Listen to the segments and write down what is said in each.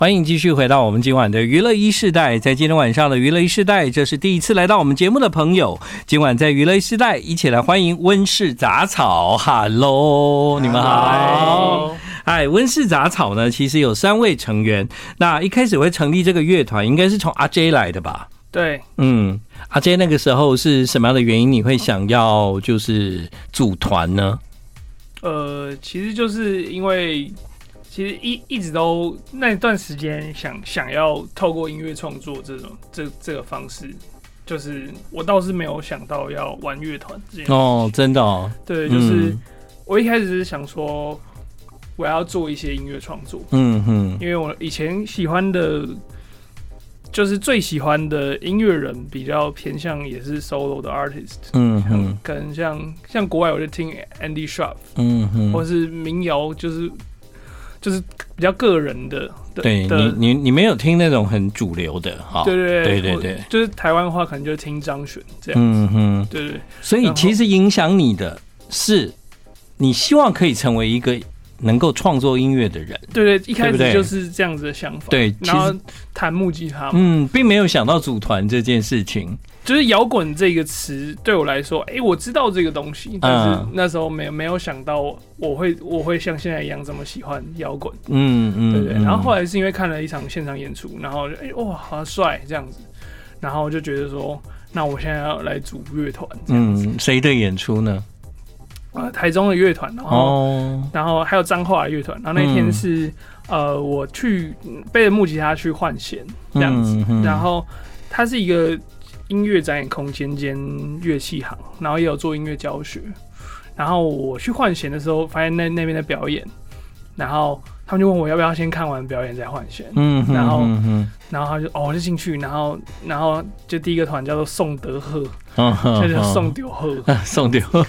欢迎继续回到我们今晚的娱乐一世代。在今天晚上的娱乐一世代，这是第一次来到我们节目的朋友，今晚在娱乐一世代一起来欢迎温室杂草。 Hello， 你们好。嗨，温室杂草呢其实有3位成员，那一开始会成立这个乐团应该是从阿 J 来的吧？ 对， 阿 J 那个时候是什么样的原因你会想要就是组团呢？ 其实就是因为其实一直都那段时间想要透过音乐创作这个方式，就是我倒是没有想到要玩乐团这件事情。 哦，真的哦。 对，就是我一开始是想说我要做一些音乐创作，因为我以前喜欢的，就是最喜欢的音乐人比较偏向也是 solo 的 artist， 可能像国外我就听 Andy Sharp， 或是民谣，就是比较个人的。 对，你没有听那种很主流的哈？对， 就是台湾的话可能就听张悬这样。对。 所以其实影响你的是，你希望可以成为一个能够创作音乐的人。对，一开始就是这样子的想法。 对， 然后弹木吉他， 并没有想到组团这件事情。 就是摇滚这个词对我来说，我知道这个东西，但是那时候没有想到我会像现在一样这么喜欢摇滚。对。然后后来是因为看了一场现场演出，然后哇，好帅这样子，然后就觉得说，那我现在要来组乐团。 谁的演出呢？ 台中的乐团，然后还有彰化的乐团，然后那天是我去背着木吉他去换弦这样子，然后它是一个音乐展演空间兼乐器行，然后也有做音乐教学。然后我去换弦的时候，发现那边的表演，然后他们就问我要不要先看完表演再换弦。然后他就我就进去，然后就第一个团叫做宋德赫，就是宋丢赫， 宋丢赫，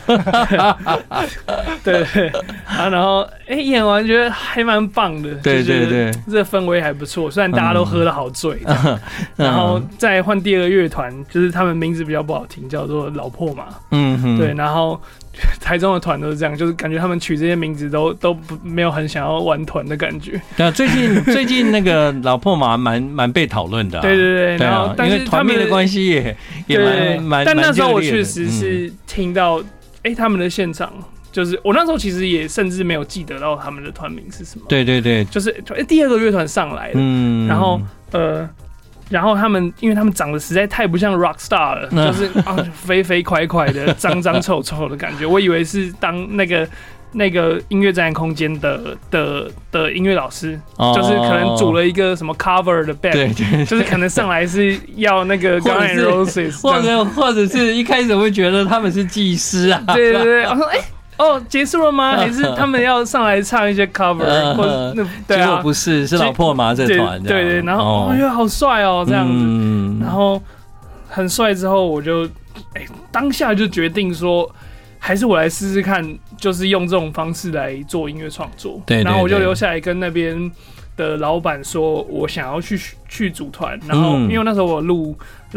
对。然后演完觉得还蛮棒的，对，这氛围还不错，虽然大家都喝得好醉。然后再换第二个乐团，就是他们名字比较不好听，叫做老破马。对，然后台中的团都是这样，就是感觉他们取这些名字都没有很想要玩团的感觉。 对，最近那个老破马蛮被讨论的。 对。然后但是团名的关系也蛮， 但那时候我确实是听到他们的现场。就是我那时候其实也甚至没有记得到他们的团名是什么。对，就是第二个乐团上来了，然后他们因为他们长得实在太不像 rock star 了，就是飞飞快快的、脏脏臭臭的感觉。我以为是当那个音乐展演空间的音乐老师，就是可能组了一个什么 cover 的 band， 就是可能上来是要那个 Guns N' Roses， 或者是一开始会觉得他们是技师啊。 对，我说结束了吗？还是他们要上来唱一些 cover？ 或者结果不是，是老破麻这团。 对，然后我觉得好帅哦，这样子。然后很帅之后，我就当下就决定说，还是我来试试看，就是用这种方式来做音乐创作。对，然后我就留下来跟那边的老板说，我想要去组团。然后因为那时候我录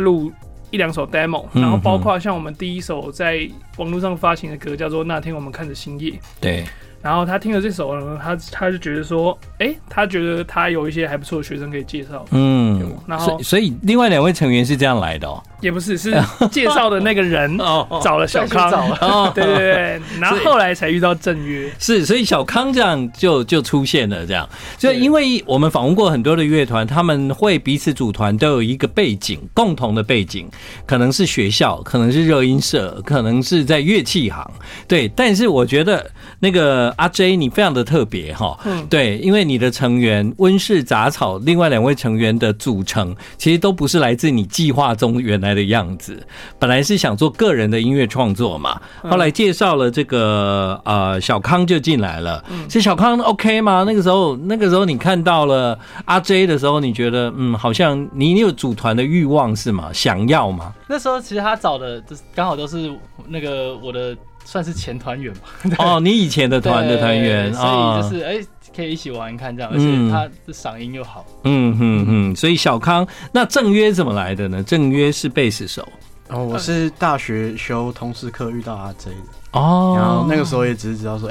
1-2首 demo， 然后包括像我们第一首在网络上发行的歌叫做《那天我们看着星夜》。对。然后他听了这首呢，他就觉得说，他觉得他有一些还不错的学生可以介绍。然后所以另外2位成员是这样来的哦。 也不是，是介绍的那个人找了小康。对。然后后来才遇到郑约。是， 所以小康这样就出现了这样。所以因为我们访问过很多的乐团，他们会彼此组团都有一个背景，共同的背景，可能是学校，可能是热音社，可能是在乐器行。对，但是我觉得那个阿 J 你非常的特别哈。对，因为你的成员温室杂草另外2位成员的组成，其实都不是来自你计划中原来的样子。本来是想做个人的音乐创作嘛，后来介绍了这个小康就进来了。是小康 OK 吗？那个时候你看到了阿 J 的时候，你觉得好像你有组团的欲望是吗？想要吗？ 那时候其实他找的刚好都是那个我的算是前团员嘛。 你以前的团员， 所以就是可以一起玩看这样，而且他的嗓音又好。 所以小康，那郑约怎么来的呢？郑约是贝斯手。 我是大学修通识课遇到阿 J 的。然后那个时候也只是知道说，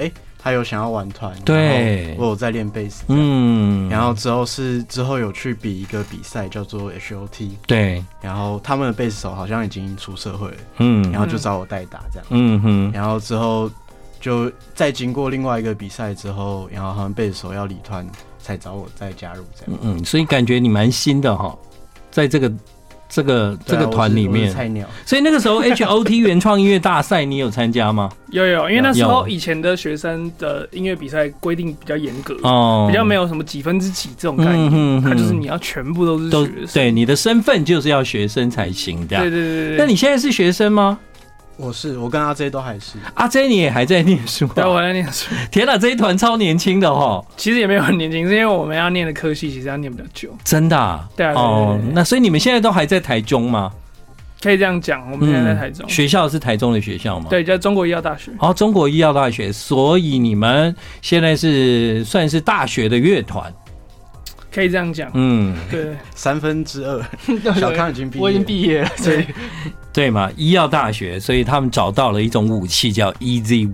他有想要玩团， 对， 我有在练贝斯，然后之后有去比一个比赛叫做 HOT， 对， 然后他们的贝斯手好像已经出社会了，然后就找我代打这样，然后之后就再经过另外一个比赛之后，然后他们贝斯手要离团，才找我再加入这样， 所以感觉你蛮新的哈，在这个团里面， 菜鸟。所以那个时候 HOT 原创音乐大赛你有参加吗？ 有，因为那时候以前的学生的音乐比赛规定比较严格，比较没有什么几分之几这种概念，它就是你要全部都是学生， 对，你的身份就是要学生才行的。 对。 那你现在是学生吗？ 我跟阿 J 都还是。 阿 J 你也还在念书？ 对，我在念书。 天哪，这一团超年轻的哦。 其实也没有很年轻，是因为我们要念的科系其实要念比较久。 真的啊？ 对啊。 那所以你们现在都还在台中吗？ 可以这样讲，我们现在在台中。 学校是台中的学校吗？ 对，叫中国医药大学。 中国医药大学，所以你们现在是算是大学的乐团。 可以这样讲，对 2/3，小康已经毕业， 我已经毕业了， 对嘛，医药大学，所以他们找到了一种武器叫 Easy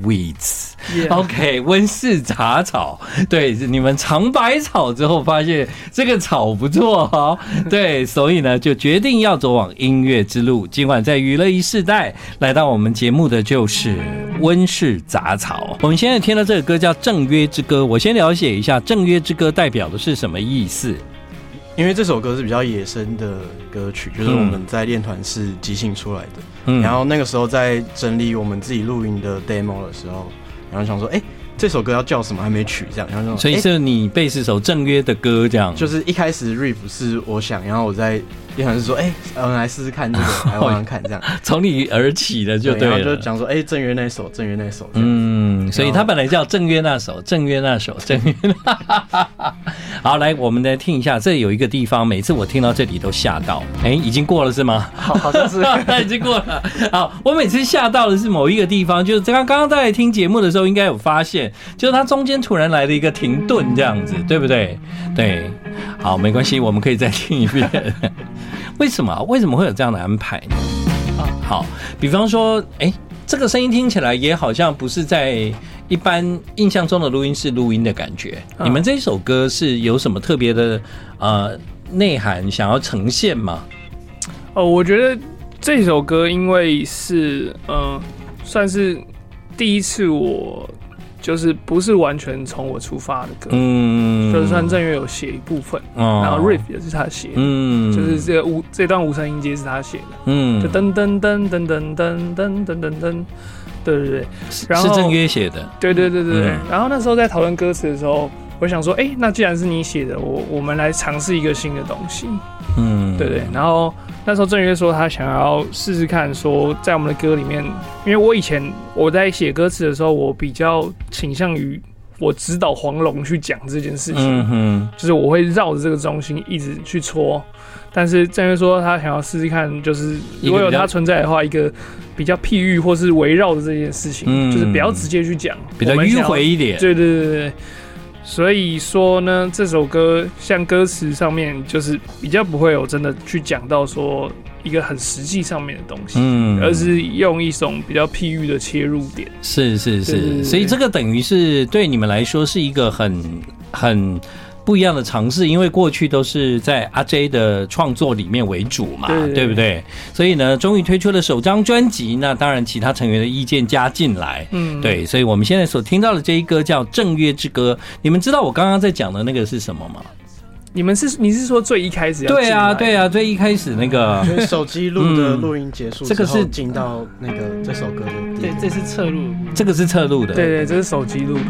Weeds。OK， 温室杂草，对，你们尝百草之后发现这个草不错哈，对，所以呢就决定要走往音乐之路。今晚在娱乐一世代来到我们节目的就是温室杂草。我们现在听到这个歌叫《正约之歌》，我先了解一下《正约之歌》代表的是什么意思。 因为这首歌是比较野生的歌曲，就是我们在练团是即兴出来的，然后那个时候在整理我们自己录音的 demo 的时候，然后想说，这首歌要叫什么还没取这样，然后所以是你贝斯手正约的歌这样， 就是一开始 riff 是我想，然后我在练团是说，我们来试试看这个，来玩玩看这样， 从你而起的就对了， 然后就讲说，正约那首，正约那首， 所以他本来叫正约那首，正约那首，正约那。好，来，我们来听一下，这里有一个地方，每次我听到这里都吓到，已经过了是吗？ 好像是， 已经过了。好，我每次吓到的是某一个地方，就是刚刚在听节目的时候，应该有发现，就是它中间突然来了一个停顿，这样子，对不对？对，好，没关系，我们可以再听一遍。为什么会有这样的安排呢？好，比方说，这个声音听起来也好像不是在一般印象中的录音室录音的感觉。你们这首歌是有什么特别的内涵想要呈现吗？ 我觉得这首歌因为是算是第一次我就是不是完全从我出发的歌，就算正约有写一部分，然后 riff 也是他写的，就是这段无声音阶是他写的，就噔噔噔噔噔噔噔噔噔噔，对，然后是正约写的， 对，然后那时候在讨论歌词的时候，我想说，那既然是你写的，我们来尝试一个新的东西，对，然后那时候正约说他想要试试看，说在我们的歌里面，因为我以前我在写歌词的时候，我比较倾向于我指导黄龙去讲这件事情，就是我会绕着这个中心一直去戳，但是正约说他想要试试看，就是如果有他存在的话，一个比较譬喻或是围绕着这件事情，就是不要直接去讲， 比较迂回一点， 对。所以说呢，这首歌像歌词上面就是比较不会有真的去讲到说一个很实际上面的东西，而是用一种比较譬喻的切入点。 是，所以这个等于是对你们来说是一个很不一样的尝试，因为过去都是在阿 J 的创作里面为主嘛，对不对？所以呢，终于推出了首张专辑，那当然其他成员的意见加进来，对，所以我们现在所听到的这一歌叫《正约之歌》，你们知道我刚刚在讲的那个是什么吗？ 你是说最一开始要进来？ 对啊，最一开始那个就是手机录的录音结束之后，这个是进到那个这首歌的， 对，这是侧录， 这个是侧录的， 对，这是手机录的。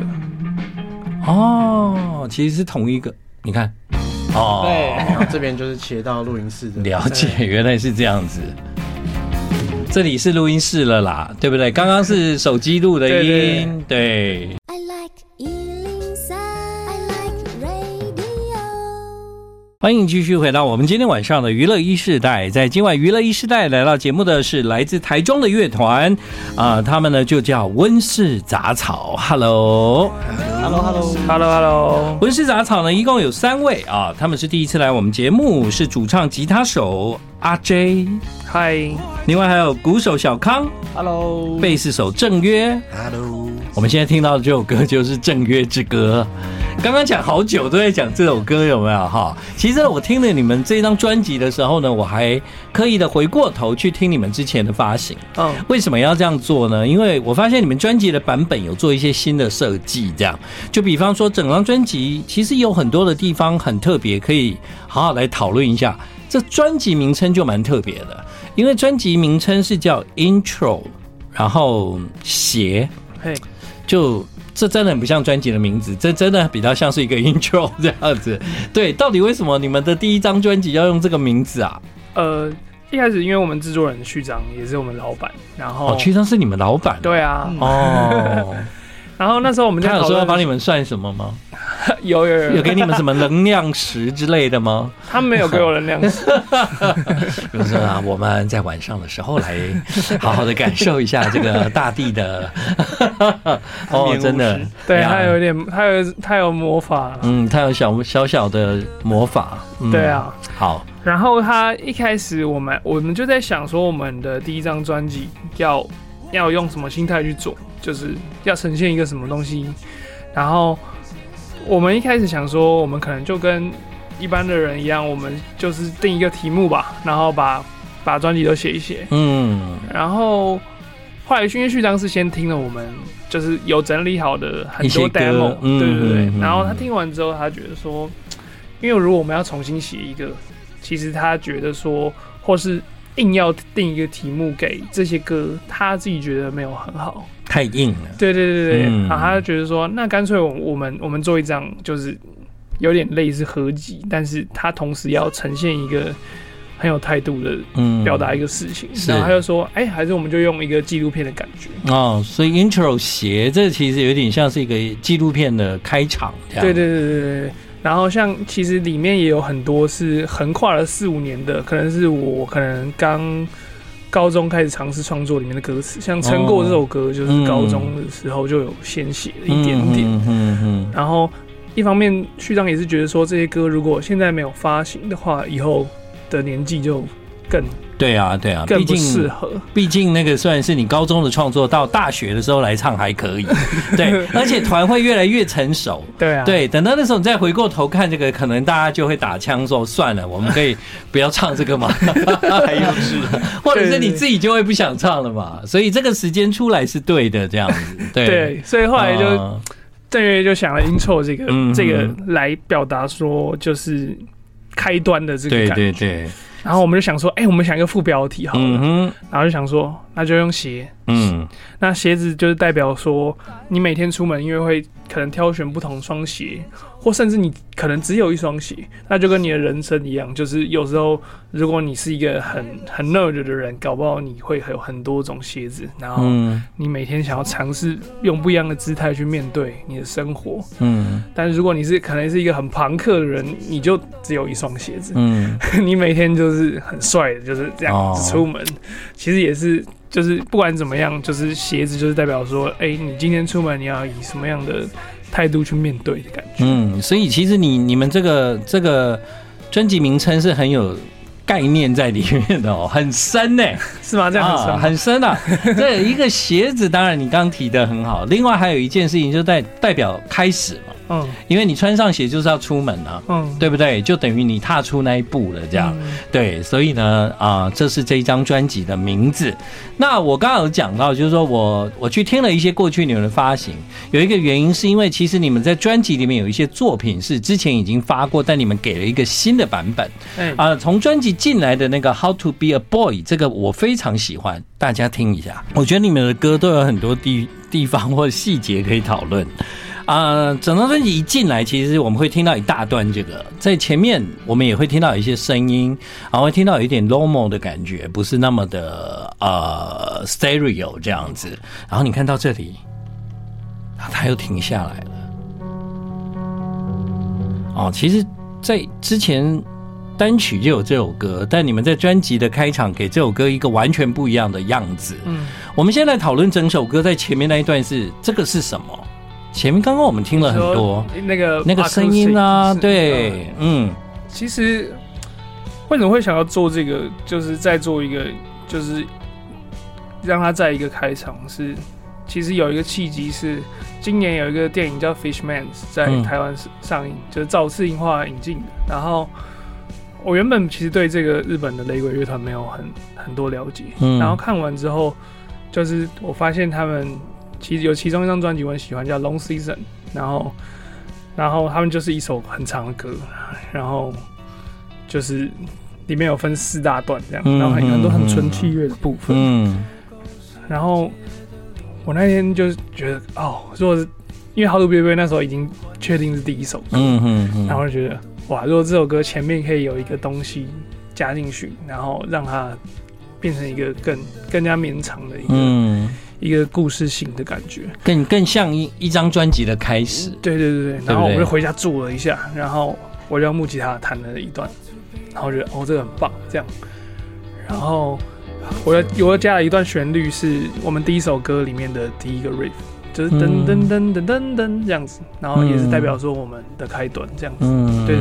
其实是同一个，你看， 对，然后这边就是切到录音室的， 了解，原来是这样子。这里是录音室了啦，对不对？刚刚是手机录的音，对。I like 103, I like radio。欢迎继续回到我们今天晚上的娱乐一世代。在今晚娱乐一世代来到节目的是来自台中的乐团他们呢就叫温室杂草。Hello， 温室杂草呢一共有3位他们是第一次来我们节目，是主唱吉他手阿 J， 嗨， 另外还有鼓手小康 ，Hello， 贝斯手正约 ，Hello， 我们现在听到的这首歌就是《正约之歌》。刚刚讲好久都在讲这首歌，有没有哈？其实我听了你们这张专辑的时候呢，我还刻意的回过头去听你们之前的发行。为什么要这样做呢？因为我发现你们专辑的版本有做一些新的设计，这样就比方说整张专辑其实有很多的地方很特别，可以好好来讨论一下。这专辑名称就蛮特别的，因为专辑名称是叫 Intro， 然后鞋，就这真的很不像专辑的名字，这真的比较像是一个 intro 这样子。对，到底为什么你们的第一张专辑要用这个名字啊？ 一开始因为我们制作人序章也是我们老板，然后序章是你们老板？ 对啊，然后那时候我们就他有说要帮你们算什么吗？ 有给你们什么能量石之类的吗？ 他没有给我能量石。 就是啊，我们在晚上的时候来好好的感受一下这个大地的。真的， 对，他有魔法， 他有小小的魔法， 对啊， 好。 然后他一开始我们就在想说，我们的第一张专辑要用什么心态去做，就是要呈现一个什么东西。然后我们一开始想说，我们可能就跟一般的人一样，我们就是定一个题目吧，然后把专辑都写一写。然后后来因为序章是先听了我们就是有整理好的很多 demo， 对。然后他听完之后，他觉得说，因为如果我们要重新写一个，其实他觉得说，或是硬要定一个题目给这些歌，他自己觉得没有很好， 太硬了。 对，然后他就觉得说，那干脆我们做一张就是有点类似合集，但是他同时要呈现一个很有态度的表达一个事情，然后他就说，还是我们就用一个纪录片的感觉。 所以 intro 鞋这其实有点像是一个纪录片的开场这样。 对。然后像其实里面也有很多是横跨了4-5年的，可能是我刚高中开始尝试创作里面的歌词，像《撑过》这首歌就是高中的时候就有先写了一点点。然后一方面序章也是觉得说，这些歌如果现在没有发行的话，以后的年纪就更对啊， 更不适合。 毕竟那个虽然是你高中的创作，到大学的时候来唱还可以，对，而且团会越来越成熟， 对啊， 对，等到那时候你再回过头看这个，可能大家就会打枪说算了，我们可以不要唱这个嘛， 太幼稚了， 或者是你自己就会不想唱了嘛，所以这个时间出来是对的，这样子， 对，所以后来就郑月就想了 intro 这个来表达说就是开端的这个感觉，对。然后我们就想说，我们想一个副标题好了，然后就想说，那就用鞋，那鞋子就是代表说，你每天出门，因为会可能挑选不同双鞋，或甚至你可能只有一双鞋，那就跟你的人生一样，就是有时候如果你是一个很 nerd 的人，搞不好你会有很多种鞋子，然后你每天想要尝试用不一样的姿态去面对你的生活，但是如果你可能是一个很朋克的人，你就只有一双鞋子，你每天就是很帅的，就是这样子出门，其实也是。就是不管怎么样，就是鞋子就是代表说，你今天出门你要以什么样的态度去面对的感觉。 所以其实你们这个专辑名称是很有概念在里面的很深呢， 是吗？这样很深， 很深啊。这一个鞋子，当然你刚刚提的很好，另外还有一件事情就代表开始嘛。因为你穿上鞋就是要出门啊，对不对？就等于你踏出那一步了，这样，对，所以呢，这是这一张专辑的名字。那我刚刚有讲到，就是说我去听了一些过去你们的发行，有一个原因是因为其实你们在专辑里面有一些作品是之前已经发过，但你们给了一个新的版本。从专辑进来的那个 How to Be a Boy 这个我非常喜欢，大家听一下。我觉得你们的歌都有很多地方或细节可以讨论。整张专辑一进来，其实我们会听到一大段这个，在前面我们也会听到一些声音，然后会听到有一点 lomo 的感觉，不是那么的stereo 这样子。然后你看到这里，他又停下来了。其实，在之前单曲就有这首歌，但你们在专辑的开场给这首歌一个完全不一样的样子。我们现在讨论整首歌，在前面那一段这个是什么？前面刚刚我们听了很多那个声音啊，对， 其实为什么会想要做这个，就是再做一个，就是让它在一个开场是， 其实有一个契机是，今年有一个电影叫《Fishman》在台湾上映，就是赵次映画引进的。然后我原本其实对这个日本的雷鬼乐团没有很多了解，然后看完之后，就是我发现他们其实有其中一张专辑我很喜欢，叫《Long Season》，然后他们就是一首很长的歌，然后就是里面有分4大段这样，然后很多很纯器乐的部分，然后我那天就觉得如果是因为 How to Be Brave 那时候已经确定是第一首歌，然后就觉得哇，如果这首歌前面可以有一个东西加进去，然后让它变成一个更加绵长的一个故事性的感觉， 更像一张专辑的开始。 对，然后我就回家做了一下，然后我就用木吉他弹了一段，然后觉得这个很棒，这样，然后我又加了一段旋律，是我们第一首歌里面的第一个 riff， 就是噔噔噔噔噔噔这样子，然后也是代表说我们的开端这样子。对。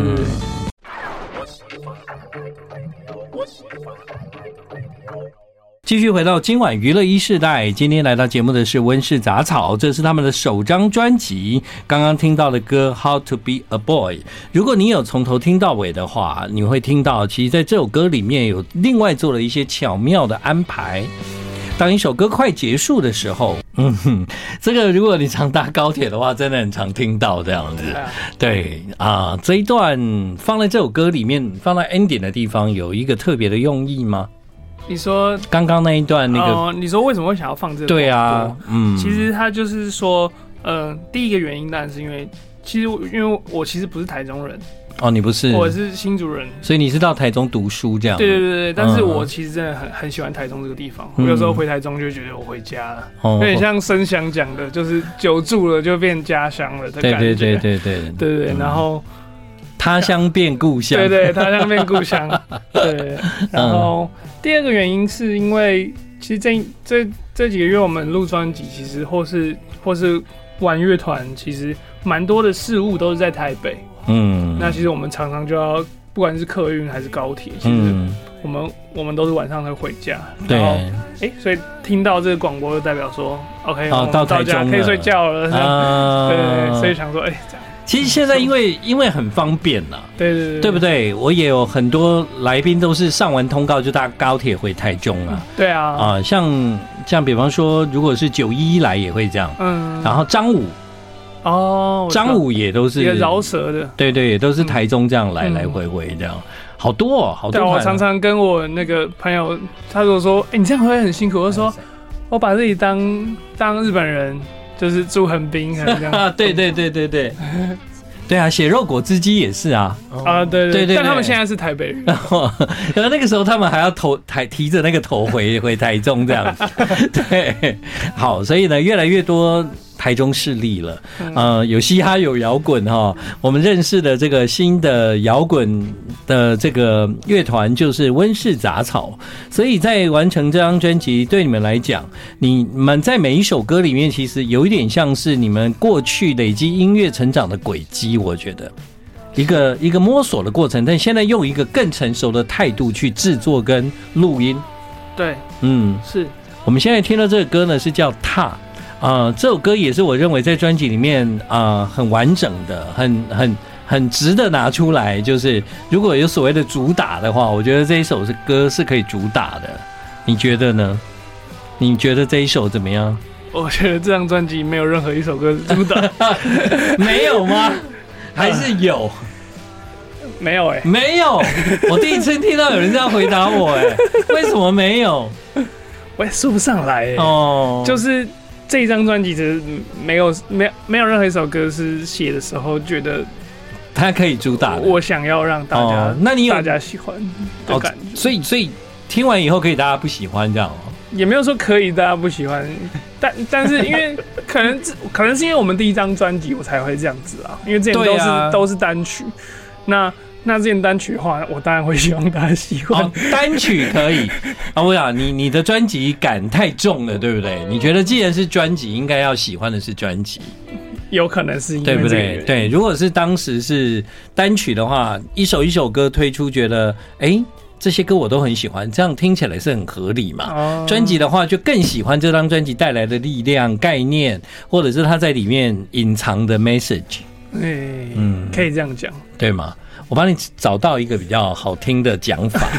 继续回到今晚娱乐一世代，今天来到节目的是温室杂草，这是他们的首张专辑。刚刚听到的歌 How to Be a Boy， 如果你有从头听到尾的话，你会听到其实在这首歌里面有另外做了一些巧妙的安排。当一首歌快结束的时候，这个如果你常搭高铁的话，真的很常听到这样子。对啊，这一段放在这首歌里面，放在 ending 的地方，有一个特别的用意吗？ 你说刚刚那一段那个， 你说为什么会想要放这个？ 对啊， 其实他就是说，第一个原因当然是因为我其实不是台中人。 你不是？ 我是新竹人， 所以你是到台中读书这样？ 对，但是我其实真的很喜欢台中这个地方。我有时候回台中就觉得我回家了，有点像声响讲的，就是久住了就变家乡了的感觉。对，然后他乡变故乡。 对，他乡变故乡。对，然后第二个原因是因为其实这几个月我们录专辑，其实或是玩乐团，其实蛮多的事物都是在台北。那其实我们常常就要，不管是客运还是高铁，其实我们都是晚上会回家。然后所以听到这个广播就代表说 ，OK， 到台中了， 可以睡觉了。对，所以想说，这样。 其实现在因为很方便了， 对不对？我也有很多来宾都是上完通告就搭高铁回台中了。 对啊， 像比方说，如果是911来也会这样。然后张武。张武也都是一个饶舌的， 对，也都是台中这样来回这样，好多。对， 我常常跟我那个朋友，他如果说，你这样会很辛苦，我就说，我把自己当日本人，就是住横滨这样。 对。对啊，血肉果汁机也是啊。对， 但他们现在是台北人。然后那个时候他们还要提着那个头回台中这样子。对，好，所以呢，越来越多台中势力了。有嘻哈有摇滚哈。我们认识的这个新的摇滚的这个乐团就是温室杂草，所以在完成这张专辑，对你们来讲，你们在每一首歌里面，其实有一点像是你们过去累积音乐成长的轨迹。我觉得一个摸索的过程，但现在用一个更成熟的态度去制作跟录音。 对，是我们现在听到这个歌呢，是叫《踏》。这首歌也是我认为在专辑里面很完整的，很值得拿出来。就是如果有所谓的主打的话，我觉得这一首歌是可以主打的。你觉得呢？你觉得这一首怎么样？ 我觉得这张专辑没有任何一首歌是主打。 没有吗？还是有？ 没有没有。我第一次听到有人这样回答我为什么没有？ 我也说不上来就是这一张专辑其实没有任何一首歌是写的时候觉得它可以主打的。 我想要让大家那你有大家喜欢的感觉。 所以听完以后可以大家不喜欢这样也没有说可以大家不喜欢，但是因为可能是因为我们第一张专辑我才会这样子啊，因为之前都是单曲。那之前单曲的话，我当然会希望大家喜欢。 单曲可以我想你的专辑感太重了，对不对？你觉得既然是专辑，应该要喜欢的是专辑， 有可能是因为这个原因， 对不对？对，如果是当时是单曲的话，一首一首歌推出，觉得这些歌我都很喜欢，这样听起来是很合理嘛。专辑的话就更喜欢这张专辑带来的力量、概念，或者是它在里面隐藏的 message。 可以这样讲， 对吗？我帮你找到一个比较好听的讲法。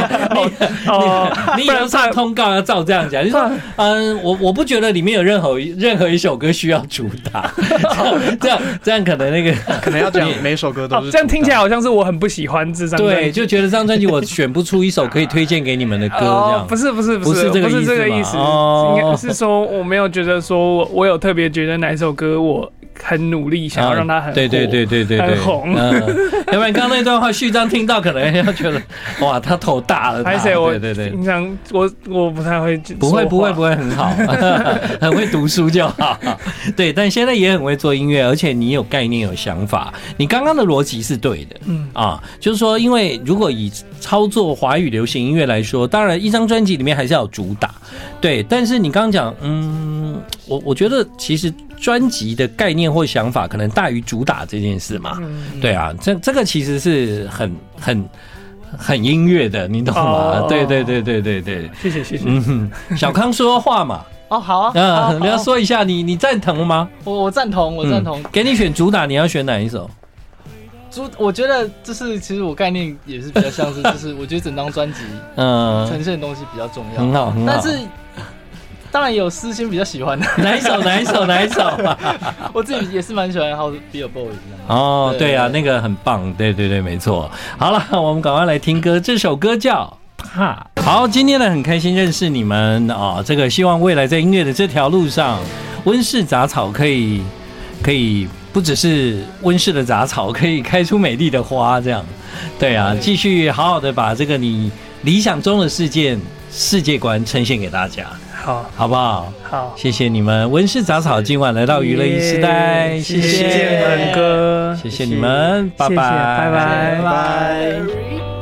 你以后上通告要照这样讲，就说我不觉得里面有任何一首歌需要主打，这样可能那个可能要讲每首歌都是这样听起来好像是我很不喜欢这张专辑， 对，就觉得这张专辑我选不出一首可以推荐给你们的歌，这样不是这个意思，应该是说我没有觉得说我有特别觉得哪一首歌我很努力想要让它很对很红， 要不然刚刚那段话序章听到可能要觉得哇他头大了，对， 平常我不太会， 不会很好，很会读书就好，对，但现在也很会做音乐，而且你有概念有想法，你刚刚的逻辑是对的，就是说因为如果以操作华语流行音乐来说，当然一张专辑里面还是要有主打，对，但是你刚刚讲我觉得其实专辑的概念或想法可能大于主打这件事嘛，对啊，这个其实是很音乐的，你懂吗？对， 谢谢。 小康说话嘛， 好啊， 你要说一下，你赞同吗？ 我赞同， 给你选主打，你要选哪一首？ 我觉得就是其实我概念也是比较像是，就是我觉得整张专辑呈现的东西比较重要，很好，但是。当然也有私心比较喜欢的，哪一首？ 我自己也是蛮喜欢《How to Be a Boy》 哦，对啊，那个很棒，对，没错。好了，我们赶快来听歌，这首歌叫《怕》。好，今天呢很开心认识你们啊，这个希望未来在音乐的这条路上，温室杂草可以不只是温室的杂草，可以开出美丽的花，这样。对啊，继续好好的把这个你理想中的世界观呈现给大家。好不好？ 好， 谢谢你们，温室杂草今晚来到娱乐一时代，谢谢文哥， 谢谢你们，拜拜， 拜拜。